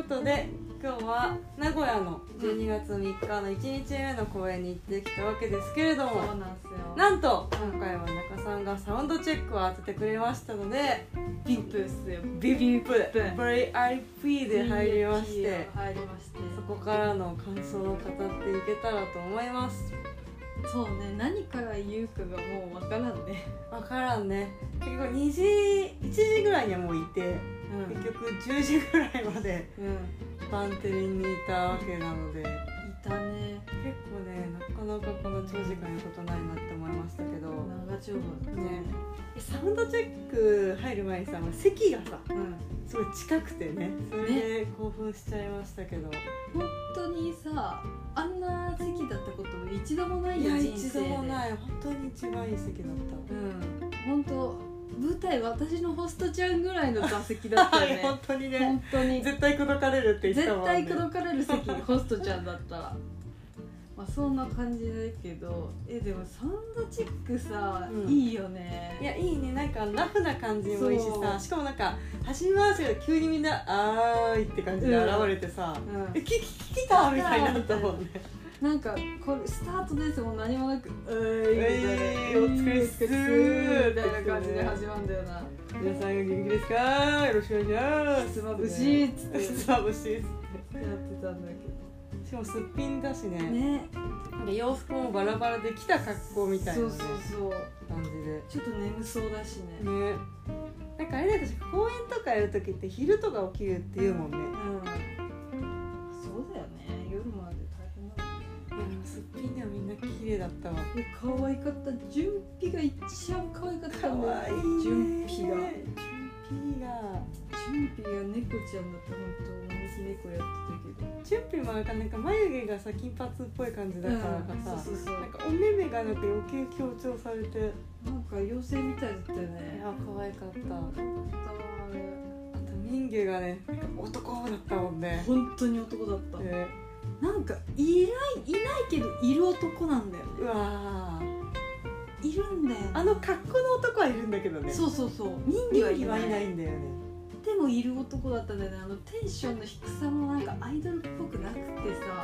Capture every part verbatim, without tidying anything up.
ことで今日は名古屋のじゅうにがつみっかのいちにちめの公演に行ってきたわけですけれども、 そうなんですよ。 なんと今回は中さんがサウンドチェックを当ててくれましたので、 ビップですよ。 ビップ ブイブアイピー で入りまして、 入りまして、 そこからの感想を語っていけたらと思います。 そうね、何から言うかがもう分からんね。 分からんね。結構にじいちじぐらいにはもういて、 うん、 結局じゅうじぐらいまでうん、 バンテリにいたわけなので、 いたね。 結構ね、なかなかこの長時間いることないなって思いましたけど、 長丁場だね。 サウンドチェック入る前にさ、席がさうん、 すごい近くてね、それで興奮しちゃいましたけど、 本当にさ、あんな席だったこと一度もないよ。 いや人生で一度もない。本当に一番いい席だった。 うん、本当舞台私のホストちゃんぐらいの座席だったよね。 本当にね、 本当に絶対口説かれるって言ったもんね。 絶対口説かれる席、ホストちゃんだったら。まあそんな感じだけど、えでもサウンドチェックさ、うん、いいよね。 いやいいね、なんかラフな感じもいいしさ、しかもなんか走り回すけど急にみんなあーいって感じで現れてさ、うんうん、えきき来たみたいになったもんね。 なんかこれスタートですもん何もなく「うーい」みたいな 「お疲れっす」みたいな感じで始まるんだよな。 皆さん元気ですか、よろしくお願いします。 ひつまぶしっつってひつまぶしっつってやってたんだけど、 しかもすっぴんだしね、 ね、 なんか洋服もバラバラで着た格好みたいな、ね、 そうそうそう感じでちょっと眠そうだしね。 ね、なんかあれだと公演とかやるときって昼とか起きるって言うもんね。 うん、そうだよね、夜まで大変だもんね。 いやすっぴんでもみんな綺麗だったわ。 え可愛かった。準備が一番可愛かったんだよ。 可愛いね。 準備が準備が準備が猫ちゃんだった。本当招き猫やってたけど、 準備もなんかなんか眉毛がさ金髪っぽい感じだからかさ、うん、そうそうそう、なんかお目目がなんか余計強調されて、 なんか妖精みたいだったよね。 いや可愛かった。 可愛かったあれ。 あと民芸がね男だったもんね。 本当に男だった、 えー、なんかいないいないけどいる男なんだよね。 うわいるんだよ、ね、 あの格好の男はいるんだけどね。 そうそうそう、民芸はいない、 はいないんだよね。 でもいる男だったんだよね。あのテンションの低さもなんかアイドルっぽくなくてさ、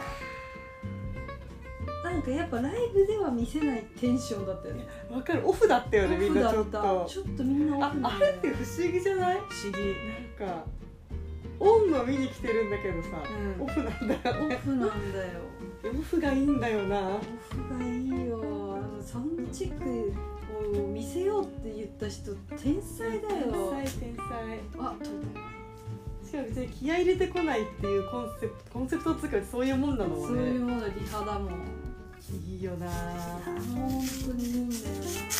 なんかやっぱライブでは見せないテンションだったよね。 わかる、オフだったよね、みんなちょっとちょっとみんなオフだよね。 あ、あれって不思議じゃない？ 不思議。 なんかオンの見に来てるんだけどさ、うん、オフなんだよね。 オフなんだよ。 オフがいいんだよな。 オフがいいよ。あのサウンドチェックを見せようって言った人天才だよ。 天才天才。 あ、撮れた。しかも別に気合い入れてこないっていうコンセプトコンセプトつうかそういうもんなのもね。 そういうもの、リハだもん。 いいよな。 本当にいいんだよ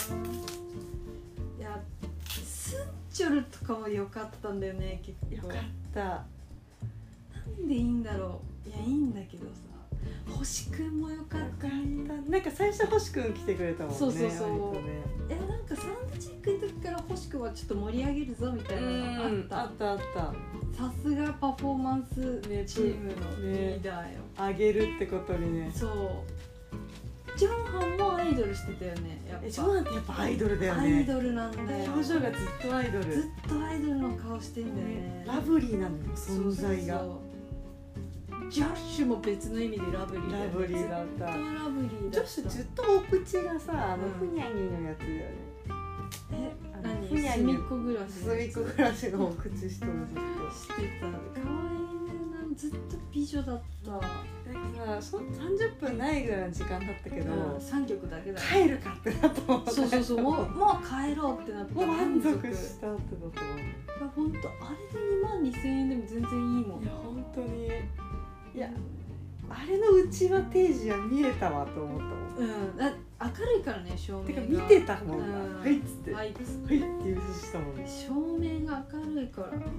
な。いや、スンチョルとかも良かったんだよね。結構良かった。 なんでいいんだろう。いや、いいんだけどさ、星くんも良かった、ね、 なんか最初星くん来てくれたもんね。 そうそうそう、 ね、 いやなんかサウンドチェックの時から星くんはちょっと盛り上げるぞみたいなのがあった、 あったあった。 さすがパフォーマンスチームのリーダーよ、ね、 あげるってことにね。 そう、ジョンハンもアイドルしてたよね。やっぱジョンハンってやっぱアイドルだよね。 アイドルなんだよ。 表情がずっとアイドル、 ずっとアイドルの顔してんだよね。 ラブリーなのよ、存在が。そうそうそう、 ジョッシュも別の意味でラブリーだよね。 ラブリーだった。 ずっとラブリーだった。 ジョッシュずっとお口がさ、あのふにゃにのやつだよね。 え、何？ ふにゃに隅っこ暮らし。 隅っこ暮らしのお口しとるずっと。 してた。可愛いね。ずっと美女だった。 なんかさ、そさんじゅっぷんないぐらいの時間だったけど、 うん、さんきょくだけだよ。 帰るかってなったもんね。 そうそうそう、もうもう帰ろうってなった。 もう満足したってこと。 本当あれでにまんにせんえんでも全然いいもん。 いや本当に。いや、 あれのうちわ提示は見えたわと思ったもん。 うんだ明るいからね照明がてか見てたもんな、 うん、 はいっつってはいっつってはいっていう話したもんね。 照明が明るいからなんか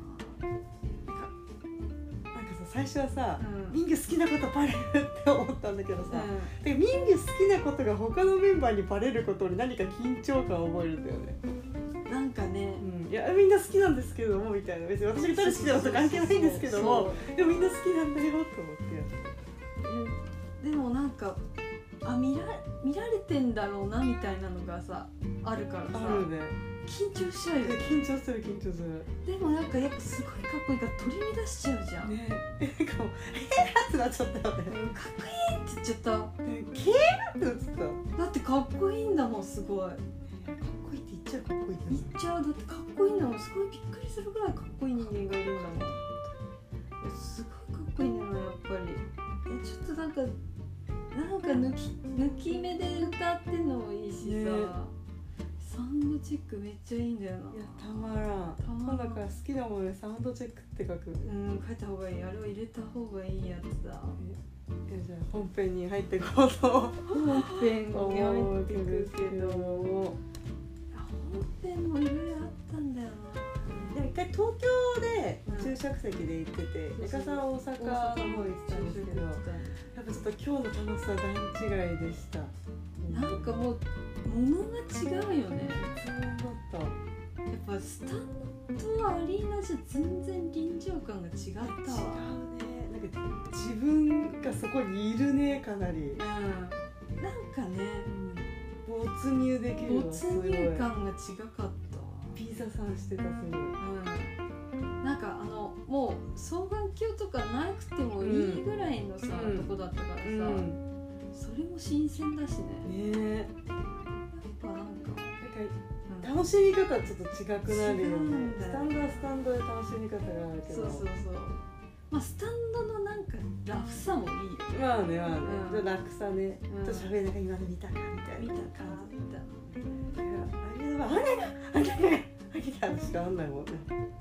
さ最初はさ、 うん、 ミンギュ好きなことバレるって思ったんだけどさ、 うてかミンギュ好きなことが他のメンバーにバレることに何か緊張感を覚えるんだよね。 ん、なんかね、 うん、いやみんな好きなんですけどもみたいな、別に私が誰好きなのと関係ないんですけども、でもみんな好きなんだよと思ってでもなんかあ見ら見られてんだろうなみたいなのがさあるからさあるね。 緊張しちゃうよね。 緊張する緊張するでもなんかやっぱすごいかっこいいから取り乱しちゃうじゃん、 ね。なんかもうえーってなっちゃったよね。 うん、かっこいいって言っちゃったねケーってなっちゃった。かっだってかっこいいんだもんすごいこいいって言っちゃうかっこいい言っちゃうだってかっこいいんだもんすごいびっくりするぐらいかっこいい人間がいるんだもん。いやすごいかっこいいんだよなやっぱり。えちょっとなんかなんか抜き抜き目で歌ってんのもいいしさ、 ね、 サウンドチェックめっちゃいいんだよな。 いやたまらん。 たまらん今度から好きなものでサウンドチェックって書く。 うん書いた方がいい。あれを入れた方がいいやつだ。 えいやじゃあ本編に入っていこうと本編が思入ってうんですくけど本編もいろいろあったんだよな。 でも一回東京で注釈席で行ってて、 うん、 中さん大阪の方行ってたんですけど、やっぱちょっと今日の楽しさ段違いでした。 なんかもう物が違うよね。 普通だった。 やっぱスタンドとアリーナじゃ全然臨場感が違ったわ。 違うね。なんか自分がそこにいるねかなり。うん。なんかね、 うん、没入できるわ。 没入感が違かった。 ピザさんしてたすごい。 うん。なんかあのもう双眼鏡とかなくてもいいぐらいのさ、うん、とこだったからさ、うん、それも新鮮だしね。ね。やっぱなんか。 なんか楽しみ方ちょっと違くなるよね。スタンドはスタンドで楽しみ方があるけど。そうそうそう。まあスタンドのなんかラフさもいいよね。まあねまあね。うん、楽さね。うん、と喋りながら今の見たかみたいな。見たかみたいな。あれはあれがあれがあれがしかあんないもんね。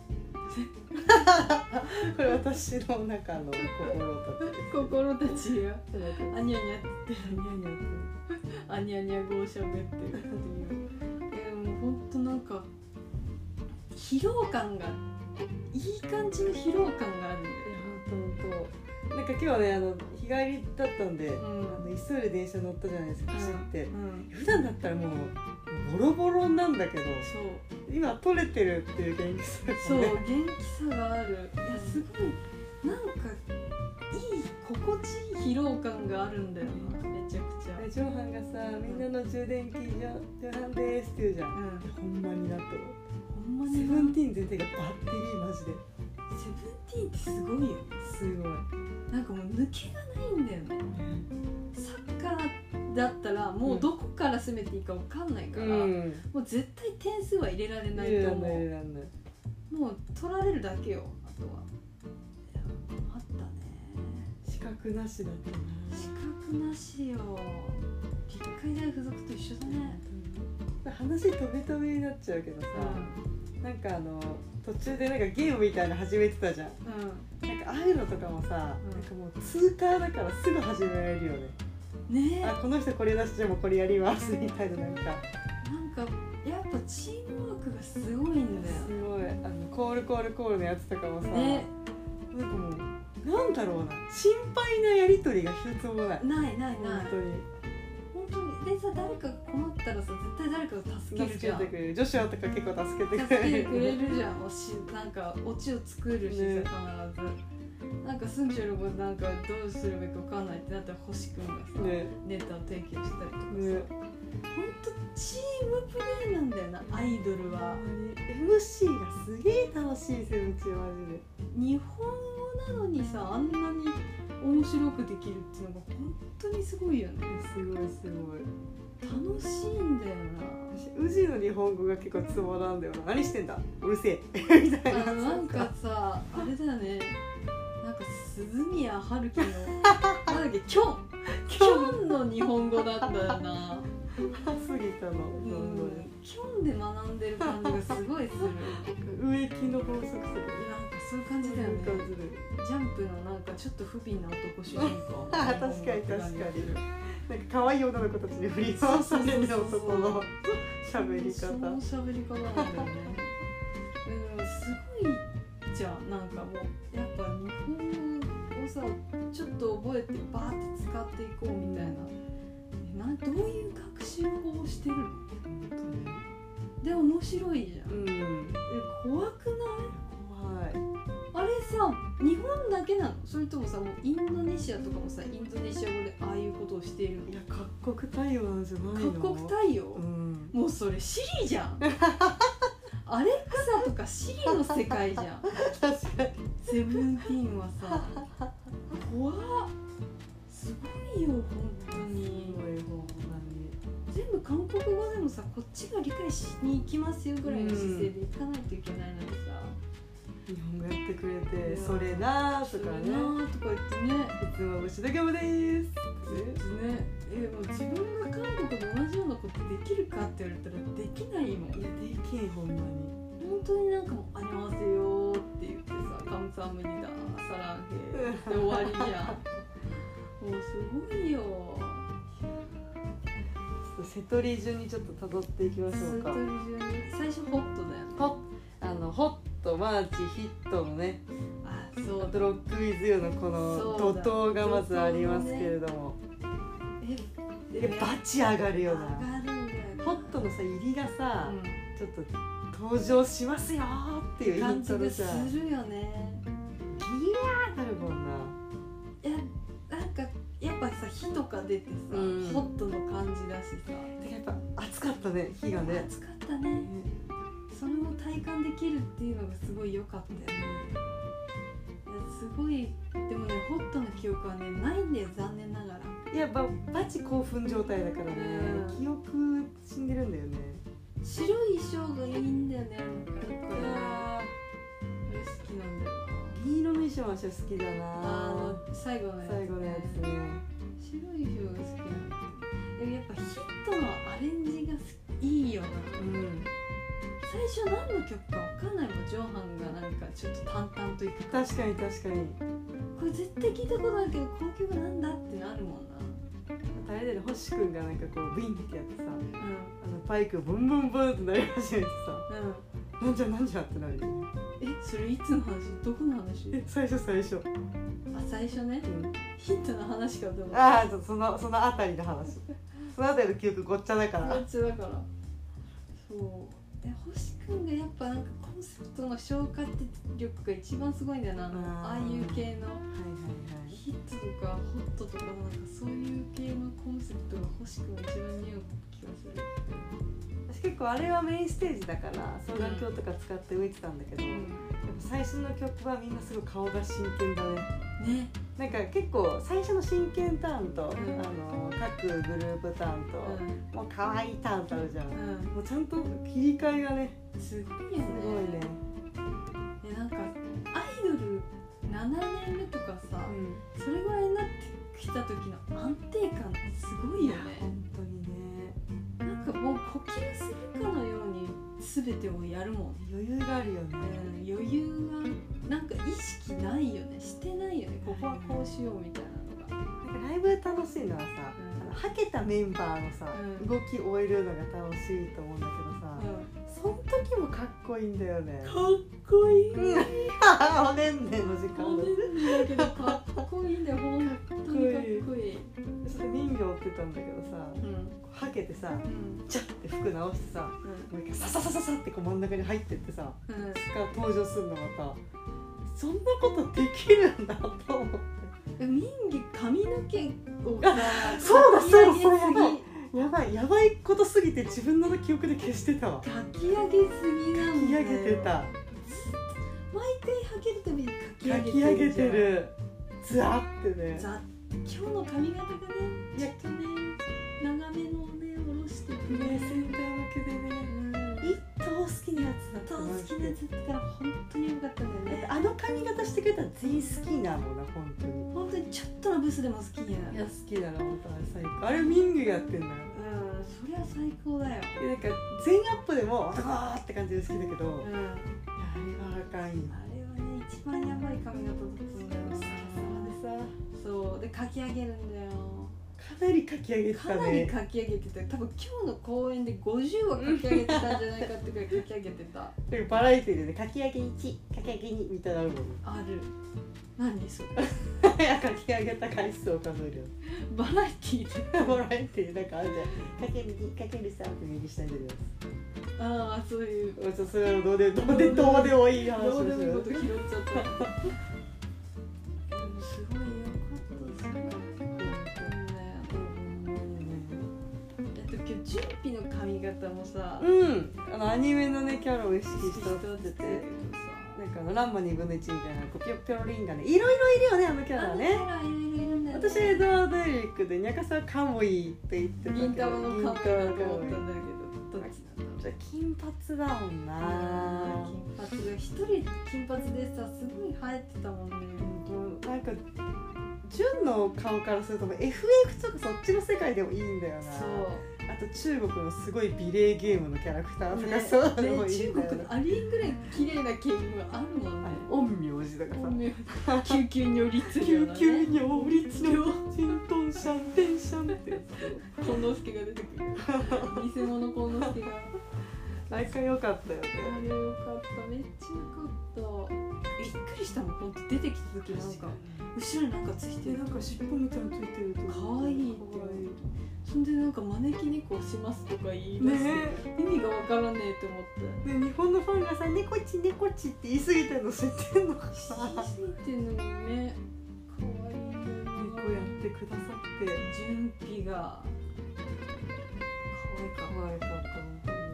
これ私の中の心たち。心たちがあにゃにゃってあにゃにゃってあにゃにゃ語をしゃべってるっていう。えもう本当なんか疲労感がいい感じの疲労感があるんだよ。本当本当。なんか今日はねあの日帰りだったんで、うん、あの急いで電車乗ったじゃないですか走って、うんうん、普段だったらもうボロボロなんだけど、そう今取れてるっていう元気さがね。そう元気さがある。いやすごいなんかいい心地いい疲労感があるんだよな、めちゃくちゃ。上半がさみんなの充電器上半ですって言うじゃん、うん、ほんまになとほんまにセブンティーン全体がバッテリーマジでセブンティーンってすごいよね。すごいなんかもう抜けがないんだよね、うん、サッカーだったらもうどこから攻めていいか分かんないから、うん、もう絶対点数は入れられないと思う。入れられないもう取られるだけよ。あとはあったね。資格なしだったな。資格なしよ。立海大附属と一緒だね。話飛び飛びになっちゃうけどさ、うん、なんかあの途中でなんかゲームみたいなの始めてたじゃん、うん、なんかああいうのとかもさ、うん、なんかもう通過だからすぐ始められるよね。ねえ、あこの人これ出してもこれやりますみたいな。なんかなんかやっぱチームワークがすごいんだよ。すごいあのコールコールコールのやつとかもさ、ね、なんかもうなんだろうな心配なやり取りが一つもない。ないないない本当に本当に。でさ誰かが困ったらさ絶対誰かが助けるじゃん。助けてくれる。女子はとか結構助けてくれる。助けてくれるじゃん。おしなんかオチを作るしさ、ね、必ず。なんか住んでる子なんかどうするべきか分かんないってなったら星くんがさ、ね、ネタを提供したりとかさ、ね、ほんとチームプレーなんだよなアイドルは。 エムシー がすげえ楽しいセブチマジで。日本語なのにさあんなに面白くできるっていうのが本当にすごいよね。すごいすごい楽しいんだよな。私宇治の日本語が結構ツボなんだよな。何してんだうるせえみたいな。なんかさあれだよね、なんか鈴宮春樹のなんだっけキョンキョンの日本語だったよな。杉田の、うん、キョンで学んでる感じがすごいする。植木の法則とかなんかそういう感じだよね。 そういう感じでジャンプのなんかちょっと不憫な男主人公あ確かに確かになんか可愛い女の子たちに振り回される男の喋り方。 その喋り方なんだよね。でもすごいじゃん。なんかもうやっぱ日本語をさちょっと覚えてバーって使っていこうみたいな。えなどういう学習法をしてるの？本当に。で面白いじゃん。うん。え怖くない？ 怖い。 あれさ日本だけなの？それともさもうインドネシアとかもさインドネシア語でああいうことをしているの？ いや各国対応なんじゃないの？ 各国対応、うん、もうそれシリじゃんアレクサとかシリの世界じゃん確かにセブンティーンはさ怖っすごいよ本当に。 すごいほんまに全部韓国語でもさこっちが理解しに行きますよぐらいの姿勢で行かないといけないのにさ、 日本語やってくれてそれなーとかねそれなーとか言ってねいつも牛田業務でーすってねえもう自分が韓国で同じようなことできるかって言われたらできないもん。 いやできんほんまに本当になんかもう「あにわせよ」って言ってさ「カムサムニダサランヘ」で終わりじゃんもうすごいよ。 瀬戸利順にちょっと辿っていきましょうか。 瀬戸利順に最初ホットだよね。 ホあのホットマーチヒットのねあそうあとロックウィズユーのこの怒涛がまずありますけれども、 ね、えでバチ上がるよな。 上がるんだよね。 ホットのさ入りがさ、 うん、 ちょっと登場しますよーっていうイントロじゃん。 するよね。 ギヤーなるもんな。 いやなんかやっぱさ火とか出てさ、うん、ホットの感じだしさ。 やっぱ熱かったね火がね。 熱かったね。ねそれを体感できるっていうのがすごい良かったよね。いやすごいでもねホットの記憶はねないんだよ残念ながら。 いやババチ興奮状態だからね、うん、記憶死んでるんだよね。 白い衣装がいいんだよね。今回あれ好きなんだよな。 銀色の衣装は私は好きだな。 あの最後のやつ、ね、 最後のやつね。 白い衣装が好きなんだよ。でもやっぱヒットのアレンジがいいよな。うん最初何の曲か分かんないもん。ジョンハンがなんかちょっと淡々といくか確かに確かにこれ絶対聞いたことあるけどこの曲なんだってなるもんな。 あれだよね星くんがなんかこうビンってやってさ、うん、あのパイクブンブンブンってなり始めてさ、うん、なんじゃなんじゃってなるよね。 えそれいつの話？どこの話？ え最初最初あ最初ね、うん、ヒットの話かと思った。 ああそのそのあたりの話そのあたりの記憶ごっちゃだからごっちゃだからそうで星くんがやっぱなんかコンセプトの消化力が一番すごいんだよな。あのああいう系の、はいはいはい、ヒットとかホットとかなんかそういう系のコンセプトが星くんが一番似合う気がする。 私結構あれはメインステージだから双眼鏡とか使って浮いてたんだけど、うん、やっぱ最初の曲はみんなすごい顔が真剣だね。ねなんか結構最初の真剣ターンと、うん、あの各グループターンと、うん、もう可愛いターンとあるじゃん、うん、もうちゃんと切り替えがねすごいよね。 すごいね。 えなんかアイドルななねんめとかさ、うん、それぐらいになってきた時の安定感ってすごいよね。 本当にね。 なんかもう呼吸するかのように全てをやるもん。 余裕があるよね、うん、 余裕がなんか意識ないよね。してないよね。ここはこうしようみたいなのが。 なんかライブで楽しいのはさ、うん、あのはけたメンバーのさ、うん、動き終えるのが楽しいと思うんだけどさ、うん、その時もかっこいいんだよね。 かっこいい。 おねんねんの時間おねんねんだけどかっこいいんだよ。本当にかっこいい。 ちょっと人形追ってたんだけどさ、うん、はけてさ、うん、チャッて服直してさ、うん、もう一回サササササってこう真ん中に入ってってさ、うん、そっから登場するのまたそんなことできるんだと思って。 民芸髪の毛をさそうだそうだそうやばいやばいやばいことすぎて自分の記憶で消してたわ。 かき上げすぎなんだよ。 かき上げてた。 毎回はけるたびにかき上げてる。ザってね。 ザ今日の髪型がねちょっとね長めのね下ろしててねセンター分けでね、うん、一等好きなやつだった。 好きなやつだったから本当に良かったんだよね。 あの髪型してくれたら全員好きなもんな本当に。 本当にちょっとのブスでも好きになる。 いや好きだな本当あれ最高。あれミングがやってんだよ。 うんそりゃ最高だよ。 でなんか全アップでも男って感じで好きだけど、うん、いやあれはあかんよ。 あれはね一番やばい髪型だったんだよな。 さそうで書き上げるんだよ。 かなり書き上げてたね。 かなり書き上げてた。多分今日の公演でごじゅうは書き上げてたんじゃないかってくらい書き上げてた。 でもバラエティでね、書き上げいち、書き上げにみたいなのあるもん。 ある。何それ。 いや書き上げた回数を数えるよ。 バラエティーでバラエティなんかあるじゃん。かけるに、かけるさんって右下に出るやつ。 ああそういうちょっとそれはどうでどうでどうでもいい話どうですよ。 でもいいこと拾っちゃった。でもすごい良かったですよ。えっと今日準備の髪型もさ、 うん、あのアニメのねキャラを意識したってしてて、 てなんかあのランマにぶんのいちみたいなこうピョピョロリンがね、いろいろいるよねあのキャラはね。 いろいろいるんだよね。 私エドワード・エリックでニャカサカモイって言ってたけど、 銀玉のカメラと思ったんだけど、どっちなんだろう。 じゃ金髪だもんな。 金髪が一人金髪でさすごい生えてたもんね。 なんか純の顔からすると エフエフ とかそっちの世界でもいいんだよな。 そう。 あと中国のすごい美麗ゲームのキャラクターとか、 ね、 そういうのもね、 いいんだよな。 中国のありんぐらい綺麗なゲームがあるもんね。 陰陽師とかさ。 陰陽師救急如律令救だね。 急如律令チントンシャンテンシャンってやつ。 近之助が出てくる。偽物近之助が。 あれか良かったよね。 あれよかった、めっちゃよかった。びっくりしたもん、ほんと出てきた時なんか後ろになんかついてる。 なんか尻尾みたいについてると可愛いって言われる。そんでなんか招き猫しますとか言い出して、 ね、 意味がわからねえって思って。 ね、日本のファンがさ、猫ち猫ちって言い過ぎてるの知ってんのかな。 言い過ぎてんのにね、可愛いんだよな。 猫やってくださって準備が可愛かった。 可愛かった。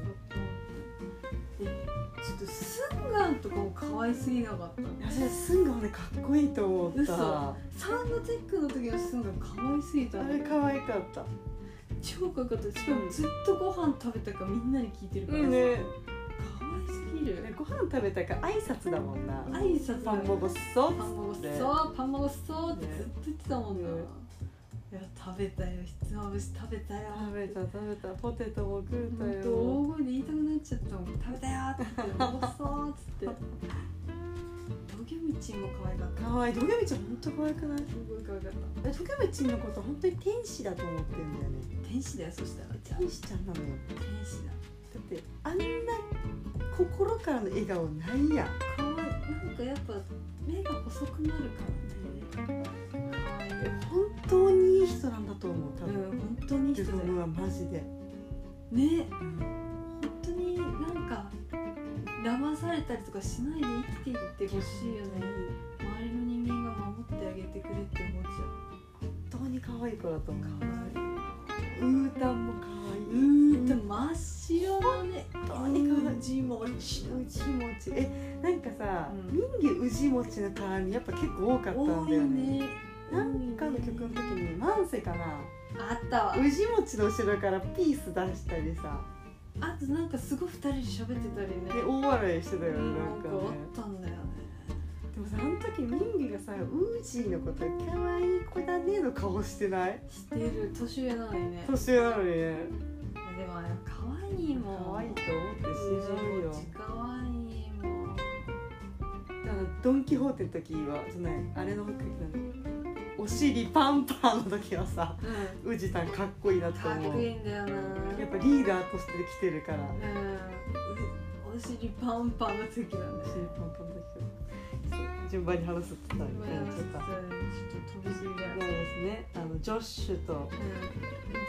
ちょっとスンガンとかも可愛すぎなかった。 いや、私スンガンねかっこいいと思った。 嘘。サウンドチェックの時のスンガン可愛すぎた。 あれ可愛かった。 超可愛かった。しかもずっとご飯食べたかみんなに聞いてるからさ、 うんね、 可愛すぎる。 ご飯食べたから挨拶だもんな。 挨拶パンもごっそパンもごっそパンもごっそってずっと言ってたもんな、ね、いや食べたよ、ひつまぶし食べたよ、 食べた食べた、ポテトも食うたよ。 大声で言いたくなっちゃったもん。食べたよって言ってもごっそーっつってドギョミチンも可愛かった。 可愛い。ドギョミちゃん本当可愛くない？ すごい可愛かった。 え、ドギョミチンのこと本当に天使だと思ってるんだよね。 天使だよ、そしたら。 天使ちゃんなのよ。 天使だ。 だってあんな心からの笑顔ないやん。 可愛い。なんかやっぱ目が細くなるからね。可愛い。 本当にいい人なんだと思う。多分、 うん、本当にいい人だよ。 自分はマジでね、 うん、 本当になんか騙されたりとかしないで生きていってほしいよね。周りの人間が守ってあげてくれって思っちゃう。 本当に可愛い子だと思う。 可愛い。 ウータンも可愛い。 うーんと真っ白のね、 本当に可愛い。 うじもちうじもち、え、なんかさ、 うん民芸うじもちの絡みやっぱ結構多かったん多いだよね。 ね。 なんかの曲の時にマンセかな、 あったわ。 うじもちの後ろからピース出したりさ、 あとなんかすごいふたりで喋ってたりね。 で大笑いしてたよね、 うん、 ななんんかかね。 あったんだよね。 でもさ、あの時民芸がさ、ウージーのこと可愛い子だねの顔してない？ してる。年上なのにね。 年上なのにね。 でもあれ可愛いもん。 可愛いと思って死ぬよ。 可愛いもん。 あのドン・キホーテの時はそのあれの服お尻パンパンの時はさ、 うん、 ウジタンかっこいいなとかっ思う。 こいいんだよな。 やっぱリーダーとして来てるから。 うん、お尻パンパンの時なんだお尻よね。 パンパンの時は順番に話すって言ったらちょっちょっとと飛びすぎだよそうですね。あのジョッシュとうん、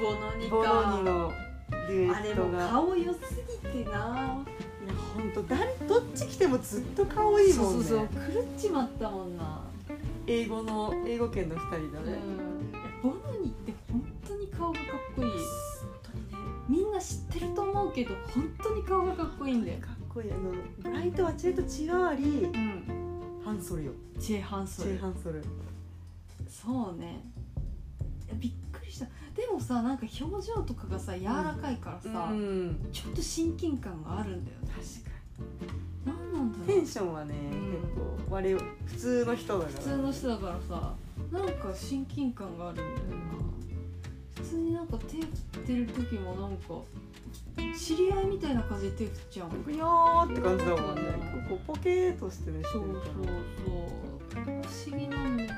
ボノニか。 ボノニのデュエあれもットが、 顔良すぎてな。 いや本当誰どっち来てもずっと可愛いもんね。 そうそうそう、狂っちまったもんな。 英語の英語圏の二人だうん、 ね。 ボノニって本当に顔がかっこいい。 本当にね。 みんな知ってると思うけど本当に顔がかっこいいんだよ。 かっこいい。あのブライトはチェと違り、 うん、 ハンソルよ。 チェ・ハンソチェル。 ハンソル。 そうね。いやびっくりした。でもさ、なんか表情とかがさ柔らかいからさ、 うん、 ちょっと親近感があるんだよね。 確かなんなんだろう。 に。テンションはね、 うん結構我々普通の人だから。 普通の人だからさ、なんか親近感があるんだよな。普通になんか手振ってる時もなんか知り合いみたいな感じで手振っちゃうもん。 いやーって感じだもんね。こうポケーっとしてね。 そうそうそう不思議なんだよな。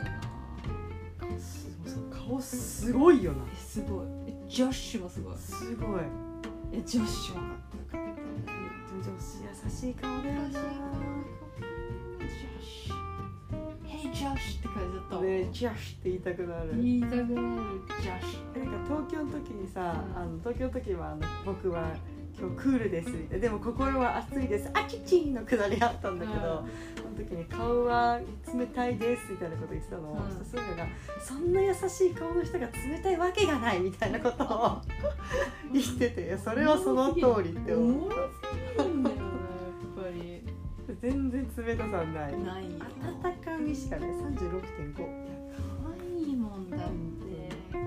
顔すごいよな。 えすごい。えジョッシュもすごい。 すごい。 えジョッシュもかっこよかったね。 女子優しい顔だよな。 優しい顔。ジョッシュ。Hey Josh って感じだったもん。 ね、ジョッシュって言いたくなる。 言いたくなるジョッシュ。 なんか東京の時にさ、あの東京の時はあの僕は今日クールですみたいな、でも心は熱いですあちちーのくだりあったんだけど、その時に顔は冷たいですみたいなこと言ってたのを、うん、そういうのがそんな優しい顔の人が冷たいわけがないみたいなことを言ってて、それはその通りって思った。 おもろすぎるんだよなやっぱり。 全然冷たさない。 ないよ。 温かみしかない。さんじゅうろくてんご。 可愛いもんだって。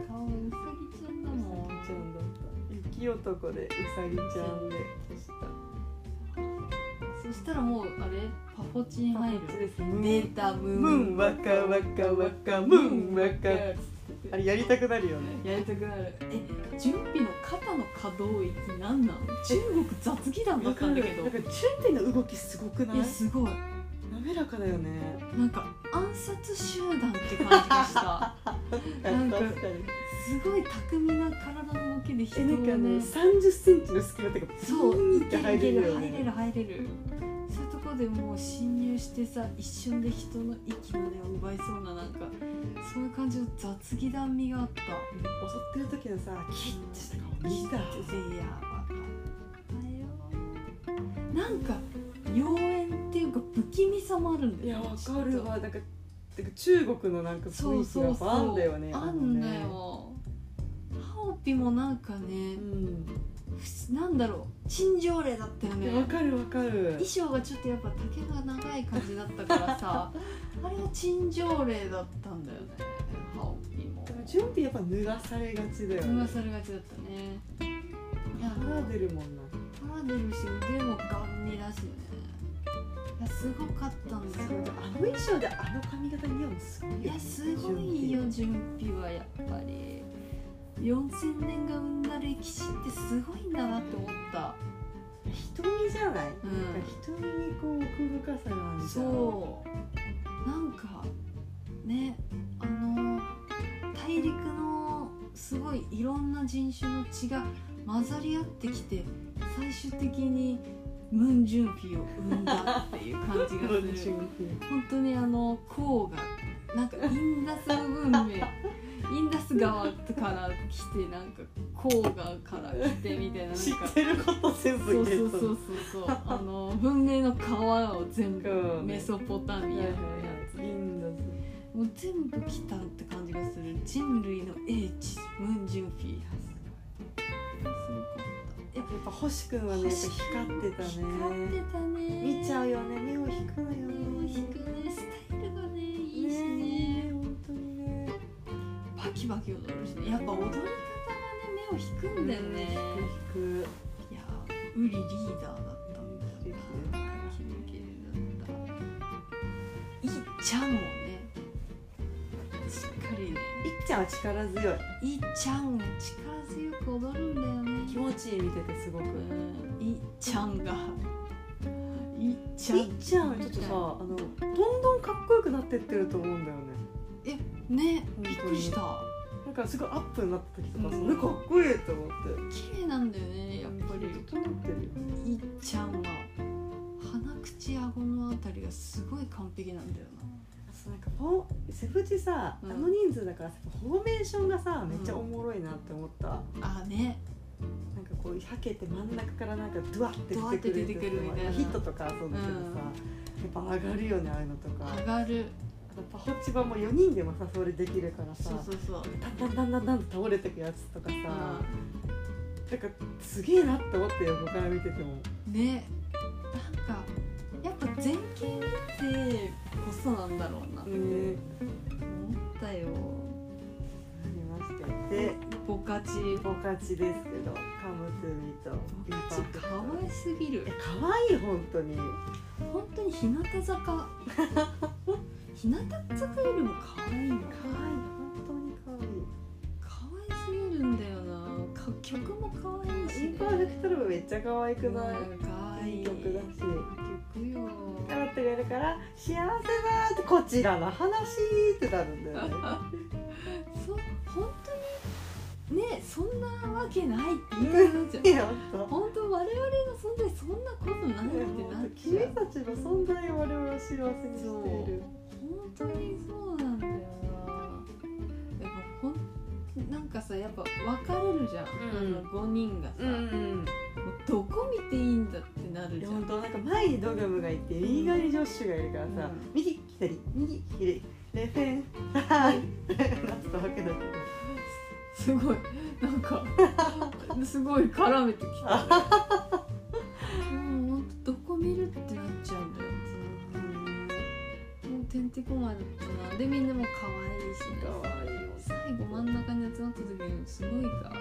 顔うさぎちゃんだもん。 うさぎちゃんだった。雪男でうさぎちゃんでした。 そしたらもうあれパポチン入る。 出たムーン。 ムーンワカワカワカムーンワカ。あれやりたくなるよね。 やりたくなる。え、準備の肩の可動域なんなん？中国雑技団だったんだけど。 なんか準備の動きすごくない？ いやすごい。 滑らかだよね。 なんか暗殺集団って感じがした。なんかすごい巧みな体の動きで人をね。 なんかねさんじゅっセンチの隙間とかそういける入れる入れる入れる。そういうところでもう侵入してさ一瞬で人の息までを奪いそうななんかそういう感じの雑技団味があった。 襲ってる時のさキッてした顔見た。 いやばかったよ。なんか妖艶っていうか不気味さもあるんだよ。 いやわかるわ。なんか中国のなんか雰囲気がやっぱあんだよね。 あんだよ。ハオピもなんかね、うん、なんだろう陳情令だったよね。 わかるわかる。 衣装がちょっとやっぱ丈が長い感じだったからさあれは陳情令だったんだよね。ハオピも準備やっぱ脱がされがちだよね。 脱がされがちだったね。 いや腹出るもんな。 腹出るし腕もガン見だしね。いやすごかったんだよ。 あの衣装であの髪型似合うのすごいよね。 いやすごいよ準備はやっぱり。よんせんねんが生んだ歴史ってすごいんだなって思った。 瞳じゃない、 うん、 瞳にこう奥深さがあるじゃん。 そうなんかねあの大陸のすごいいろんな人種の血が混ざり合ってきて最終的にムン・ジュンフィを生んだっていう感じがする本当にあの黄河なんかインダス文明インダス川から来てなんか黄河から来てみたいな、 なんか知ってること全部そうそうそうそうそうあの文明の川を全部、 うん、 メソポタミアのやつ、 インダスもう全部来たって感じがする。人類の英知ムン・ジュンフィ。 やっぱ星くんはねやっぱ光ってたね。 光ってたね。 見ちゃうよね。目を引くのよね。 目を引くね。スタイルがねいいしね。 本当にね。 バキバキ踊るしね。やっぱ踊り方がね目を引くんだよね。 引く。 いやウリリーダーだったんだよ。キレキレだった。いっちゃんもねしっかりね。 いっちゃんは力強い。 いっちゃんが力強く踊るんだよね。 気持ちいい見ててすごく。うん、 いっちゃんがいっちゃんいっちゃんはちょっとさあのどんどんかっこよくなってってると思うんだよね。 えねびっくりした。 なんかすごいアップになった時とかそれかっこいいと思って。 綺麗なんだよねやっぱり。 整ってるよ。 いっちゃんは鼻口顎のあたりがすごい完璧なんだよな。 なんかフォセフチさ、うん、あの人数だからフォーメーションがさめっちゃおもろいなって思った、うん、 あねなんかこうはけて真ん中からなんかドワッて出てくるみたいなヒットとかそうだけどさ、うん、やっぱ上がるよねああいうのとか上がる。 パホチバもよにんでもさそれできるからさそうそうそうだんだんだんだんだんと倒れてくやつとかさ、うん、なんかすげえなって思って横から見ててもねなんかやっぱ前傾見てこそなんだろうなって思ったよ。 ありましてでボカチボカチですけどカムトゥミとボカチ可愛すぎる。 可愛い本当に本当に日向坂日向坂よりも可愛いの。 可愛い本当に可愛い可愛すぎるんだよな。かっ曲も可愛いし、ね、 インパーフェクトラブめっちゃ可愛くない、 うん、可愛いいい曲だし、 曲よ。 カロットがいるから幸せだーってこちらの話ってなるんだよねそう本当にね、そんなわけないって言い方じゃん。 いや本当我々の存在そんなことないってなっち君ゃう。 たちの存在を我々は幸せにしている。 本当にそうなんだよな。やっぱほんなんかさ、やっぱ分かれるじゃん、 うん、 あのごにんがさ、 うんうん、 もうどこ見ていいんだってなるじゃん。 本当なんか前にドグムがいて右側にジョッシュがいるからさ、うん、右左右左レフェンはいなってたわけだけど、 すごいなんかすごい絡めてきた、ね、もうほんとどこ見るってなっちゃうんだよ。もうてんてこまいだったな。でみんなも可愛いし、ね、 可愛いよ。 最後真ん中に集まった時にすごい可愛かった。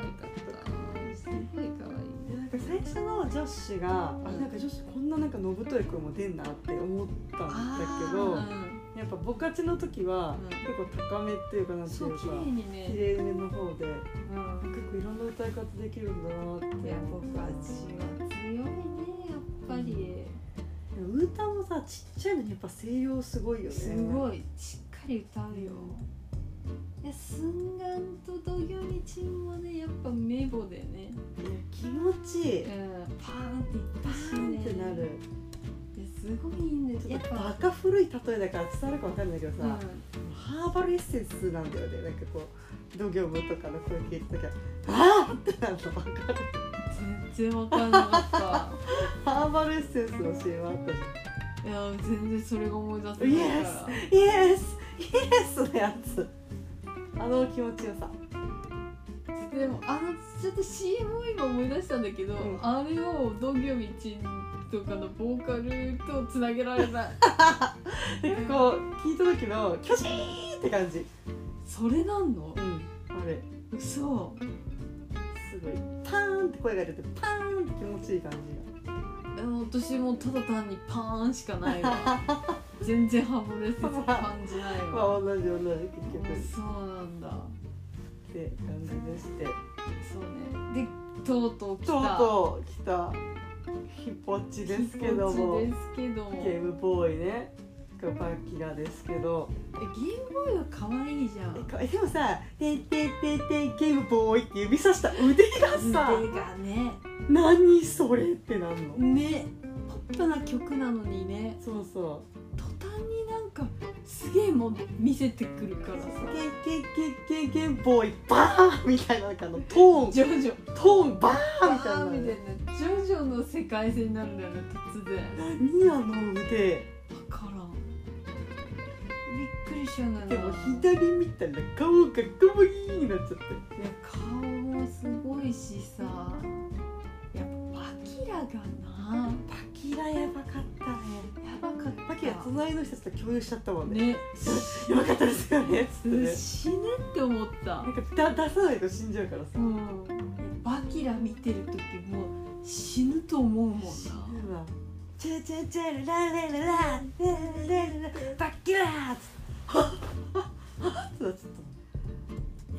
すごい可愛い。 でなんか最初のジョッシュが、うん、あなんかジョッシュこんななんかのぶとい声も出んなって思ったんだけど、うん、やっぱボカチの時は、うん、結構高めっていうかなんていうか綺麗にね、 綺麗めの方で、うん、結構いろんな歌い方できるんだなって。 いやボカチは強いねやっぱり。 うん、歌もさちっちゃいのにやっぱ声量すごいよね。 すごいしっかり歌うよ。いやスンガンとドギョリチンもねやっぱ名簿でね。 いや気持ちいい。 うん、パーンっていったしね。 パーンってなる。 いやすごいいいんです。 やっぱバカ古い例えだから伝わるかわかんないけどさ、うん、ハーバルエッセンスなんだよね。なんかこうドギョムとかの声聞いた時はあーってなるの分かる。 全然分かんなかった。 ハーバルエッセンスのシーンもあったじゃん。いや全然それが思い出せないから。 イエスイエスイエスのやつ。あの気持ちよさ。 でもあのちょっと シーエム を今思い出したんだけど、うん、あれをドギョミチンとかのボーカルとつなげられない。 なんかこう聞いた時のキョシーって感じ。 それなんの？ うん。あれ。 嘘。 すごいパーンって声が出てパーンって気持ちいい感じが。でも私もただ単にパーンしかないわ。全然ハブレス感じないわ。 まあ同じ同じ結局。 そうなんだ。 って感じでして。 そうね。でとうとう来た。 とうとう来た。ヒポッチですけども。 ヒポッチですけども。 ゲームボーイね。バキラですけど。 えゲームボーイは可愛いじゃん。 えでもさ、ててててゲームボーイって指さした腕がさ。 腕がね。 何それってなんの。 ね。ポップな曲なのにね。 そうそう。 途端になんかすげえもう見せてくるからさゲゲゲゲゲボーイバーンみたいななんかのトーンジョジョトーンバーンみたいなみたいなジョジョの世界線になるんだよね突然。 何あの腕分からん。びっくりしちゃうな。 でも左見たら顔が可愛いになっちゃって。いや顔もすごいしさ、やっぱバキラがな。 バキラやばかったね。 やばかった。 バキラ隣の人たちと共有しちゃったもんね。 ね。 やばかったですよねっつってね。 死ぬって思った。 なんかだ出さないと死んじゃうからさ。 うん。バキラ見てる時も死ぬと思うもんな。 死ぬわ。チャチャチャララララララララバキラーっつって。はっはっはっってなっちゃった。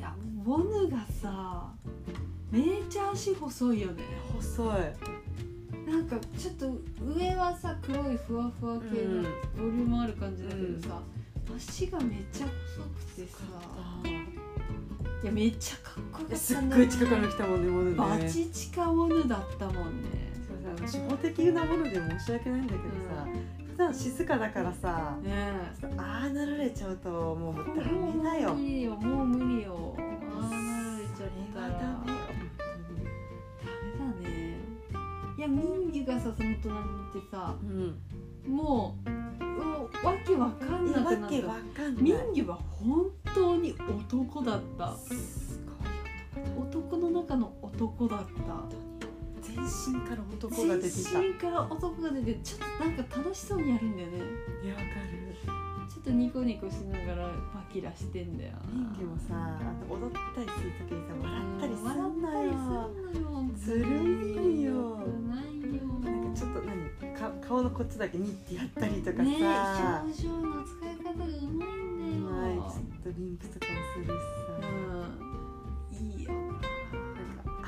いやボヌがさめっちゃ足細いよね。 細い。 なんかちょっと上はさ黒いふわふわ系のボリュームある感じだけどさ、うん、足がめっちゃ細くてさ、いやめっちゃかっこよかったね。 すっごい近くに来たもんね、ボヌね。 バチチカボヌだったもんね。 初歩的なもので申し訳ないんだけどさ、うん、普段静かだからさ、ね、ああなられちゃうともうダメだよ。 もう無理よ、もう無理よ。ああなられちゃったらダメよ。ダメだね。いやミンギュがさその隣にいてさ、うん、もう、もうわけわかんなくなった。 わけわかんない。 ミンギュは本当に男だった。 すごい男の中の男だった。 全身から男が出てきた。 全身から男が出てちょっとなんか楽しそうにやるんだよね。 いやわかる。 ちょっとニコニコしながらバキラしてんだよ。 ミンギュもさ踊ったりするときにさ笑ったりするのよ。 ずるいよ。 ないよ。 なんかちょっと何か顔のこっちだけニッてやったりとかさ。 ね表情の使い方がうまいんだよ。 うまい。ちょっとリンクとかもするしさ。 うん。いいよ。 なんかあ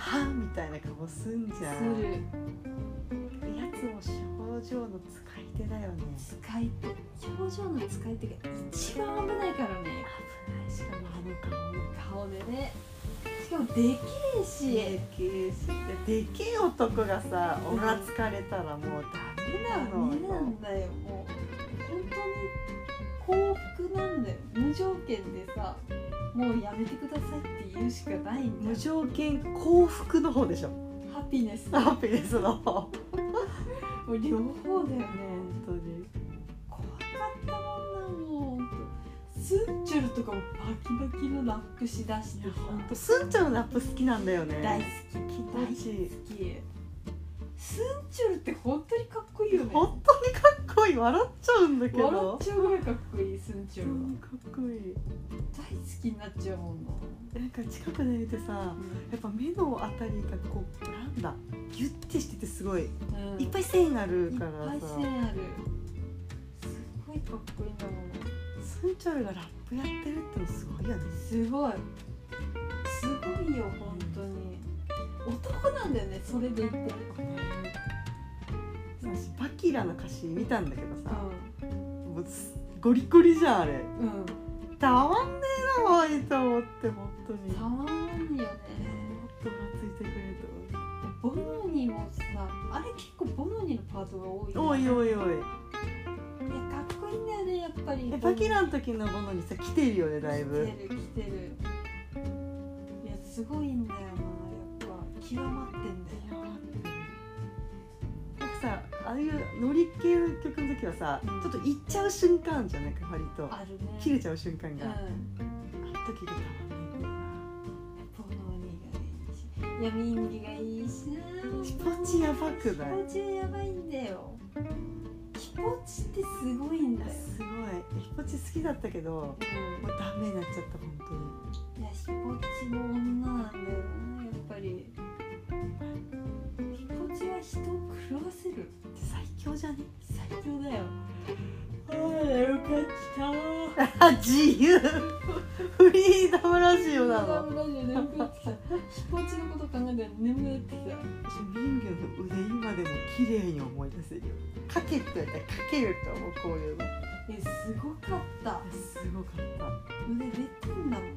はみたいな顔すんじゃん。 する。 やつも表情の使い手だよね。 使い手、表情の使い手が一番危ないからね。 危ない。しかもあの顔でね。しかもでけえし。 でけえし、でけえ男がさ、おがつかれたらもうダメなの。 ダメなんだよ。もう本当に幸福なんだよ。無条件でさ、もうやめてくださいって言うしかないんだよ。 無条件幸福の方でしょ。 ハピネス。 ハピネスの方。 もう両方だよね。 本当に怖かったもんな、もう本当。スンチュルとかもバキバキのラップしだしてさ。 本当スンちゃんのラップ好きなんだよね。 大好き。 大好き。 好き。スンチュルって本当にかっこいいよね。 本当にかっこいい。笑っちゃうんだけど。 笑っちゃうぐらいかっこいい、スンチュルは。 かっこいい。 大好きになっちゃうもんな。 なんか近くで見てさ、やっぱ目のあたりがこうなんだギュッてしててすごい、うん、いっぱい線あるからさ。 いっぱい線ある。すごいかっこいいんだもん。 スンチョルがラップやってるってのすごいよね。 すごい。すごいよ本当に。男なんだよね、それで言ってる。 私バキラの歌詞見たんだけどさ、うん、もうゴリゴリじゃんあれ。うん。たまんねえな、いいと思って本当に。 たまんないよね。もっとがついてくれと。ボノニもさ、あれ結構ボノニのパートが多い。 おいおいおい。 いやかっこいいんだよねやっぱり。 えバキラの時のボノニさ来てるよねだいぶ。 来てる来てる。いやすごいんだよな、やっぱ極まってんだよ。 さああいうノリ系の曲の時はさ、うん、ちょっと行っちゃう瞬間じゃないか割と。あるね。切れちゃう瞬間が。うん、あの時がたまんないんだよな。 ボノニがいいし、いやミンギがいいしな。 ヒポチやばくない？ ヒポチやばいんだよ。ヒポチってすごいんだよ。 すごい。ヒポチ好きだったけど、うん、もうダメになっちゃった本当に。 いやヒポチの女なんだよなやっぱり。ヒポチは人を狂わせる。 最強じゃね？ 最強だよ。ああよかった。 自由。フリーダムラジオなの。 フリーダムラジオ眠くなってきた。ヒポチのこと考えたら眠くなってきた。 私民魚の腕今でも綺麗に思い出せるよ。かけって言ったらかけると思うこういうの。 えすごかった。 すごかった。 腕出てんだもん。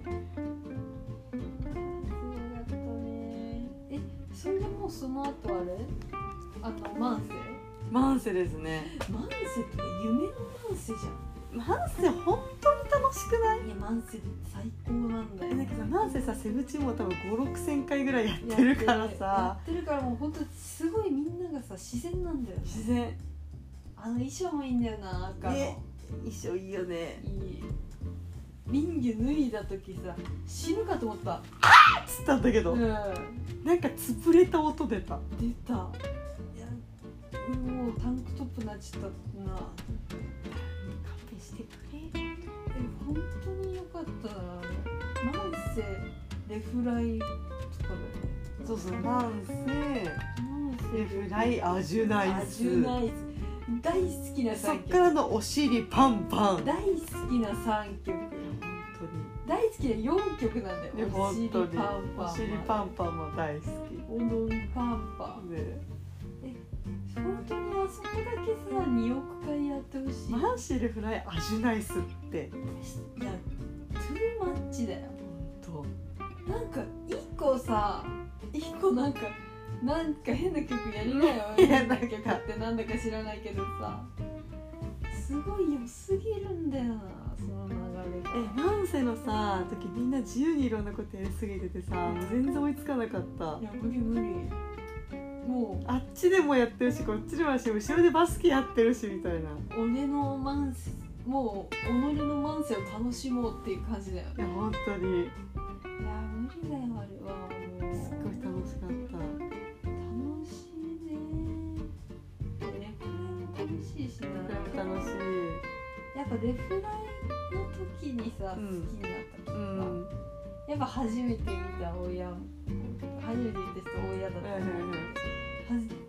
すごかったね。えそれでもうその後あれ？あのマンセ？ マンセですね。 マンセとか夢のマンセじゃん。 マンセ本当に楽しくない？ いやマンセ最高なんだよ。 えなんかさマンセさセブチも多分ご、ろくせんかいぐらいやってるからさ。 やってるからもう本当すごいみんながさ自然なんだよね。 自然。 あの衣装もいいんだよな赤の。 ね、衣装いいよね。 いい。民魚脱いだ時さ死ぬかと思った。 あーっつったんだけど、うん、なんか潰れた音出た。 出た。いやもうタンクトップになっちゃったな。勘弁してくれ。 え本当に良かったな。マンセレフライとかだよね。 そうそうマンセレフライアジュナイス。アジュナイス大好きなさんきょく。 そっからのお尻パンパン。 大好きなさんきょく。大好きなよんきょくなんだよ。お尻パンパン。 お尻パンパンも大好き。 おどんパンパン。ね、え本当にあそこだけさにおくかいやってほしい。 マンシルフライアジュナイスって。 いやトゥーマッチだよ。 本当。なんか一個さ一個なんかなんか変な曲やりなよ。変な曲ってなんだか知らないけどさ。すごい良すぎるんだよなその流れが。 えマンセのさ時みんな自由にいろんなことやりすぎててさもう全然追いつかなかった。 いや無理無理。もうあっちでもやってるしこっちでもやし後ろでバスケやってるしみたいな。 俺のマンセもう己のマンセを楽しもうっていう感じだよ。 いや本当に。いや無理だよあれはもう。 すっごい楽しかった。 楽しいね。レフライも楽しいしな。 楽しい。 やっぱレフライの時にさ、うん、好きになった時さ、うん、やっぱ初めて見た親初めて見た人親だった、はいはいはい、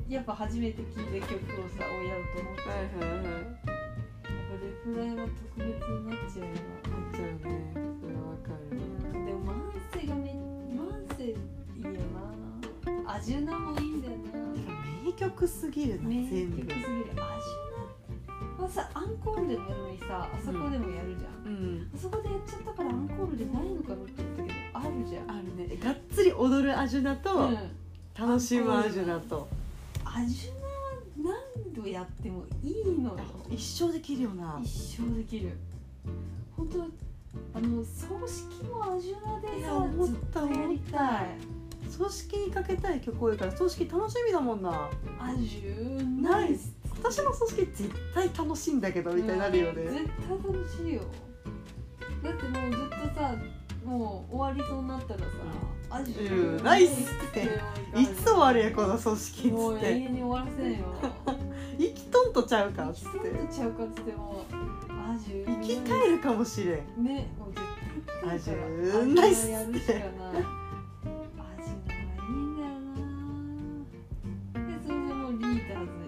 やっぱ初めて聴いた曲をさ親だと思って、はいはいはい、やっぱレフライは特別になっちゃうよな。 なっちゃうね。それはわかる、 うん、でもマンセがめマンセいいよな。 アジュナもいいんだよな。 名曲すぎるな名全部。 曲すぎる。アジュナはさアンコールでもやるのにさ、あそこでもやるじゃん、 うん、 あそこでやっちゃったからアンコールでないのかなって思ったけど、あるじゃん。 あるね。がっつり踊るアジュナと、 うん、 楽しむアジュナと、 アジュナは何度やってもいいのよ。 一生できるよな。 一生できる。本当あの葬式もアジュナでいやさ思っずったとやりたい。 葬式にかけたい曲多いから葬式楽しみだもんな。 アジュナナイス。私の葬式絶対楽しいんだけどみたいになるよね、 うん、絶対楽しいよ。だってもうずっとさ、もう終わりそうになったらさ、アジュうんナイスっていつ終わるやこの葬式っつもうって永遠に終わらせんよ。 生きとんとちゃうかっつっ生きとんとちゃうかっつってもアジュて生き返るかもしれん。 ね、もう絶対アジ生き返るュからナイスやるしかない。アジュナはいいんだよな。で、それでもうリーダーズでしょ。リー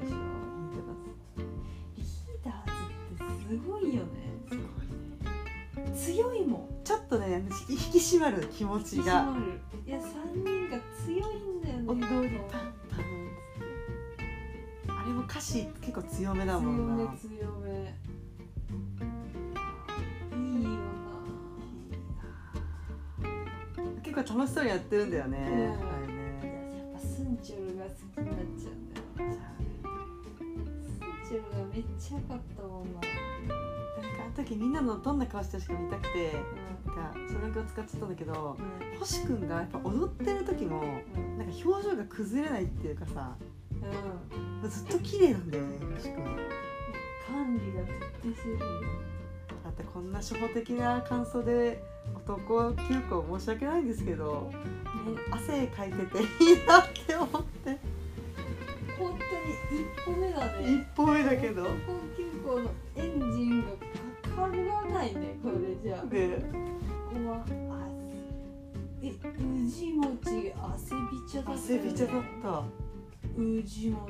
ダーズってすごいよね。 すごいね。 強いもん。 ちょっとね引き締まる気持ちが。 引き締まる。いや、さんにんが強いんだよね。 踊りパンパン。あれも歌詞結構強めだもんな。 強め強め。いいよな。 結構楽しそうにやってるんだよね。 うんあれね。 やっぱスンチョルが好きになっちゃうんだよな。スンチョルがめっちゃ良かったもんな。 なんかあの時みんなのどんな顔してるか見たくて、 うなんかその曲使っちゃったんだけど、 ん星くんがやっぱ踊ってる時もうんなんか表情が崩れないっていうかさ、 うんうん。 ずっと綺麗なんだよね星くん。 管理が徹底してるよ。 だってこんな初歩的な感想で男休校申し訳ないんですけど、 ね、 汗かいてていいなって思って。 本当に一歩目だ一ね。 歩目だけど。 高級校のエンジンがかからないね、これじゃあ。 で、 ここはあえ、宇治餅汗びちゃだったよね。 汗びちゃだった。 宇治餅が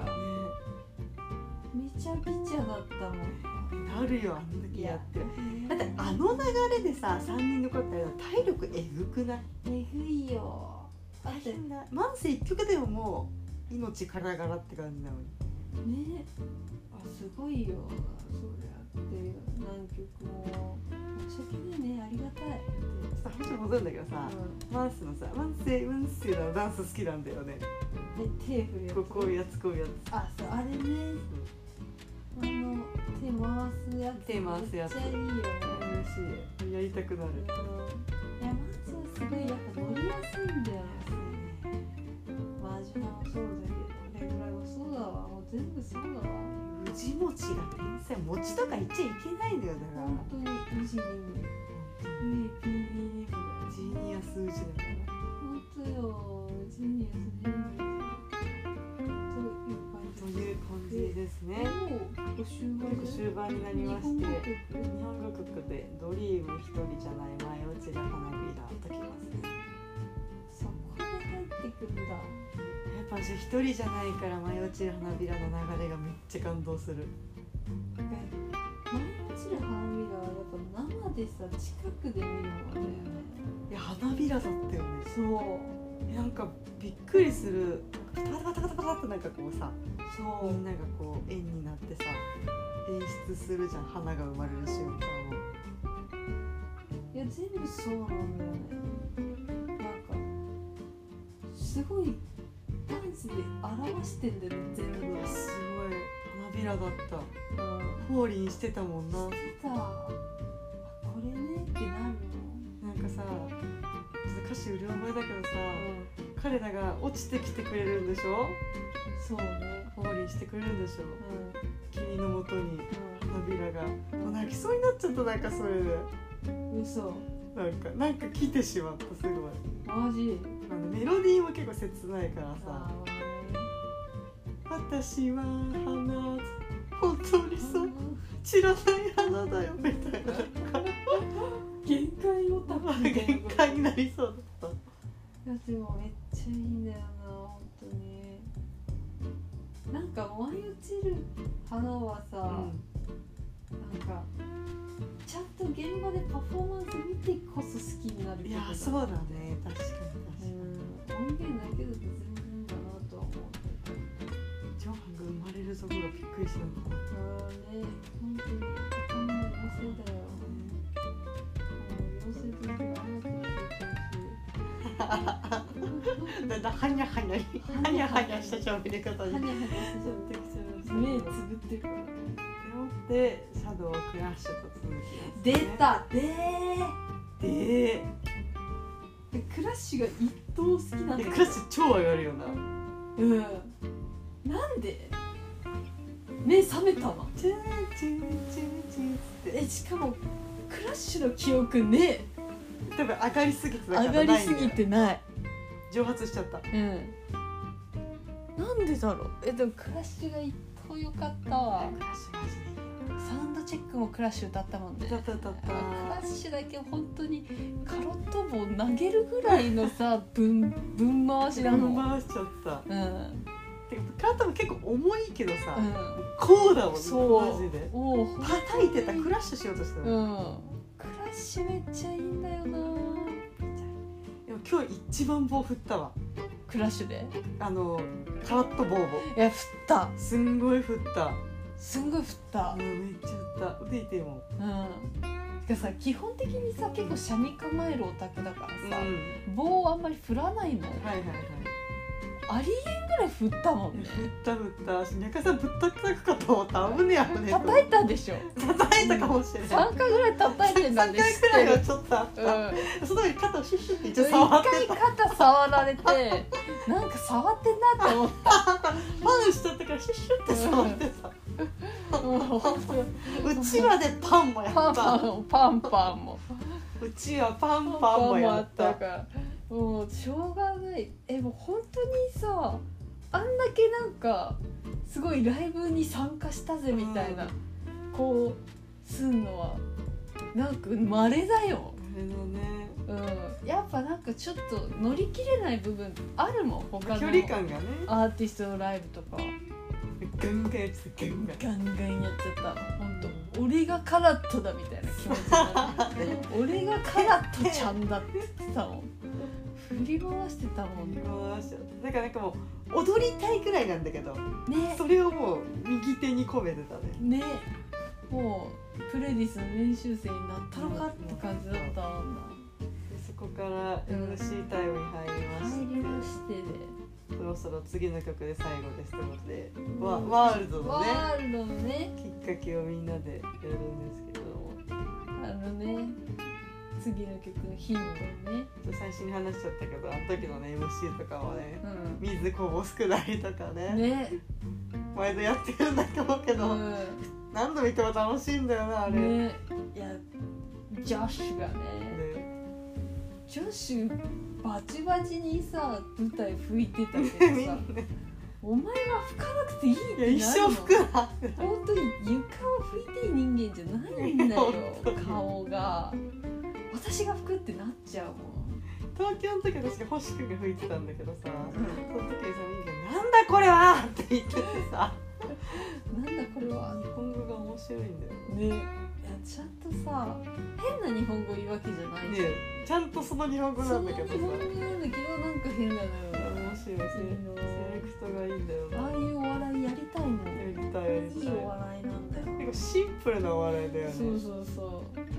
めちゃびちゃだったもん。 なるよあの時やって。だってえあの流れでささんにん残ったら体力えぐくない？ えぐいよ。だってね、 だ。マンセ一曲でももう命からがらって感じなのに。 あ、すごいよ。それやって何曲も申し訳ないね、ありがたい。 ちょっと話戻るんだけどさ、マンスのさマンセマンセのダンス好きなんだよね。 うん、で手振るやつ。 こうこういうやつこういうやつ。 あ、そう、あれね。あの手回すやつ。 手回すやつめっちゃいいよね。 嬉しい。やりたくなる。 うん、いや、まずはすごいやっぱ乗りやすいんだよね。マジナもそうだけど、レグラもそうだわ。もう全部そうだわ。 宇治餅が天才。餅とか言っちゃいけないんだよだから。 本当に宇治にね、ピービーリブだよ。 ジーニアス宇治だから。 本当よ、ジーニアスジーニアス。 という感じですね。 もう終盤で終盤になりまして、 日本語曲日本語曲でドリーム一人じゃない前落ちる花びらときますね。 そこで入ってくるんだ。 やっぱ一人じゃないから前落ちる花びらの流れがめっちゃ感動する。 前落ちる花びらはやっぱ生でさ近くで見るもんだよね。 いや花びらだったよね。 そうなんかびっくりする。パタパタパタパタってなんかこうさ、 そうみんながこう円になってさ演出するじゃん、花が生まれる瞬間を。 いや全部そうなんだよね。なんかすごいダンスで表してんだよね全部。 いやすごい花びらだった。 うん、 フォーリンしてたもんな。 してた。あ、これねってなるの。 なんかさ、ちょっと歌詞うる覚えだけどさ、 うん、 彼らが落ちてきてくれるんでしょ。 そうね。 フォーリンしてくれるんでしょ。 う君のもとにん、 花びらが。もう泣きそうになっちゃった。なんかそれでうん、嘘。 なんかなんか来てしまった。すごいマジ。 あのメロディーも結構切ないからさ、 あ私は花本当にそう散らない花だよみたいな限界をたぶん限界になりそうだっいやでもめっちゃいいんだよな本当に。なんか舞い落ちる花はさ、 た。 なんかちゃんと現場でパフォーマンス見てこそ好きになるいやそうだね、確かに確かに。 うん、音源だけだと全然そこがびっくりしなかった。 あーね、本当にこんな妖精だよ。妖精として頑張ってだんだんはにゃはにゃはにゃはにゃした喋り方にはにゃはにゃしてちゃう。 目つぶってるからね。 で、シャドウクラッシュと続きます、ね。 出たででークラッシュが一等好きなんだけど。 クラッシュ超上がるよな。 うんなんで目覚めたの。 チューチューチューチューって。 え、しかもクラッシュの記憶ね、 多分上がりすぎてだから上がりすぎてない。 蒸発しちゃった。 うんなんでだろう。え、でもクラッシュが一等よかったわ。 クラッシュマジでいいよ。 サウンドチェックもクラッシュ歌ったもんね。 歌った歌った。 クラッシュだけ本当にカロット棒投げるぐらいのさ分分回しなの。 分回しちゃった。 うんてかカートも結構重いけどさ、 うん、 こうだもんね。 そうマジで。 おお叩いてた、クラッシュしようとしてた。 うん、クラッシュめっちゃいいんだよな。 でも今日一番棒振ったわ。 クラッシュであのカラットボーボ。 いや振ったすんごい振った。 すんごい振った。 もうめっちゃ振った。腕痛いもん。 うんてかさ、基本的にさ結構斜に構えるオタクだからさ、 うん、 棒をあんまり振らないの。 はいはいはい。 ありえんぐらい振ったもんね。 振った振ったし、にゃかさんぶったくかと思った。危ねえ危ねえ。 叩いたでしょ。 叩いたかもしれない。 さんかいぐらい叩いてんだね。 さんかいぐらいはちょっとあった。 うんその時肩をシュッシュって一応触ってた。 一回肩触られてなんか触ってんなって思ったパンしちゃったからシュッシュって触ってた。うちわでパンもやパンった。 パンもパンパンもうちわパンパンもやっパンもあた。 ったからもうしょうがない。え、もう本当にさあんだけなんかすごいライブに参加したぜみたいな、うん、こうすんのはなんか稀だよ。 あれだね。 うん、やっぱなんかちょっと乗り切れない部分あるもん。他の距離感がね。 アーティストのライブとかガンガンやってガンガンガンガンやっちゃった。本当俺がカラットだみたいな気持ちになって俺がカラットちゃんだって言ってたもん。振り回してたもんね。 回しちゃった。だからなんかもう踊りたいくらいなんだけど、 ね、それをもう右手に込めてたね。 ね、もうプレディスの練習生になったのかって感じだったもんな。 そこから エムシー タイムに入りまして、 入りましてで、 そろそろ次の曲で最後ですということで、うん、ワ, ワールドのね、 ワールドのねきっかけをみんなでやるんですけれども、 あのね次の曲のヒントをね最初に話しちゃったけど、あの時のね エムシー とかはね、 うん、 水こぼすくだりとかねね毎度やってるんだと思うけど、うん、何度見ても楽しいんだよなあれ、 ね、いやジョッシュがね、ねジョッシュバチバチにさ舞台拭いてたけどさお前は拭かなくていいってなるの。 いや一生拭くな本当に床を拭いていい人間じゃないんだよ顔が。私が拭くってなっちゃうもん。 東京の時私が星君が吹いてたんだけどさ、うん、その時にさ人間なんだこれはって言っててさなんだこれは日本語が面白いんだよね。いやちゃんとさ変な日本語言うわけじゃないね。ちゃんとその日本語なんだけどさ、 その日本語なんだけどなんか変なのよ。 面白いセレクトがいいんだよな。 ああいうお笑いやりたいもん。 やりたいやりたい。 いいお笑いなんだよ。 結構シンプルなお笑いだよね。 そうそうそう。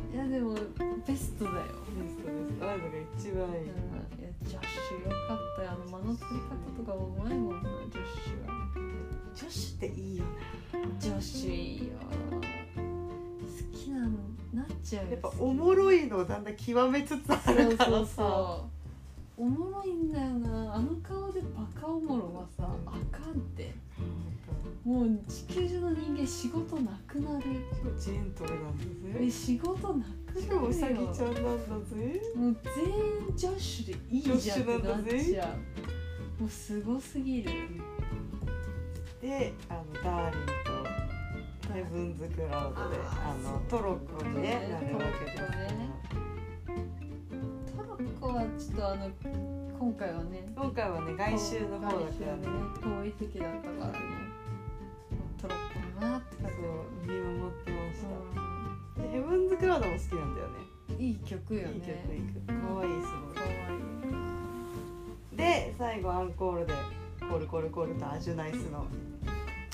いやでもベストだよ。 ベストです。ああいうのが一番いい。 うん、いやジョッシュよかったよ。あの間の取り方とかうまいもんなジョッシュは。 ジョッシュっていいよな。 ジョッシュいいよ。好きなのなっちゃうよ。 やっぱおもろいのをだんだん極めつつあるからさ。そうそうそうおもろいんだよな。あの顔でバカおもろはさ、あかんって。もう地球上の人間仕事なくなる。 ジェントルなんだぜ。 え仕事なくなるよ。 しかもうさぎちゃんなんだぜ。 もう全員ジョッシュでいいじゃんってなっちゃう。もうすごすぎる。 で、あのダーリンとヘブンズクラウドであのトロッコに、ね、なるわけですね。 トロッコはちょっとあの今回はね今回はね外周の方だからね遠い席だったからねトロッコだなって感じで見守ってました、うん、でヘブンズクラウドも好きなんだよね。 いい曲よね。 いい曲いい曲かわいいすごいかわいい。 で最後アンコールでコールコールコールとアジュナイスの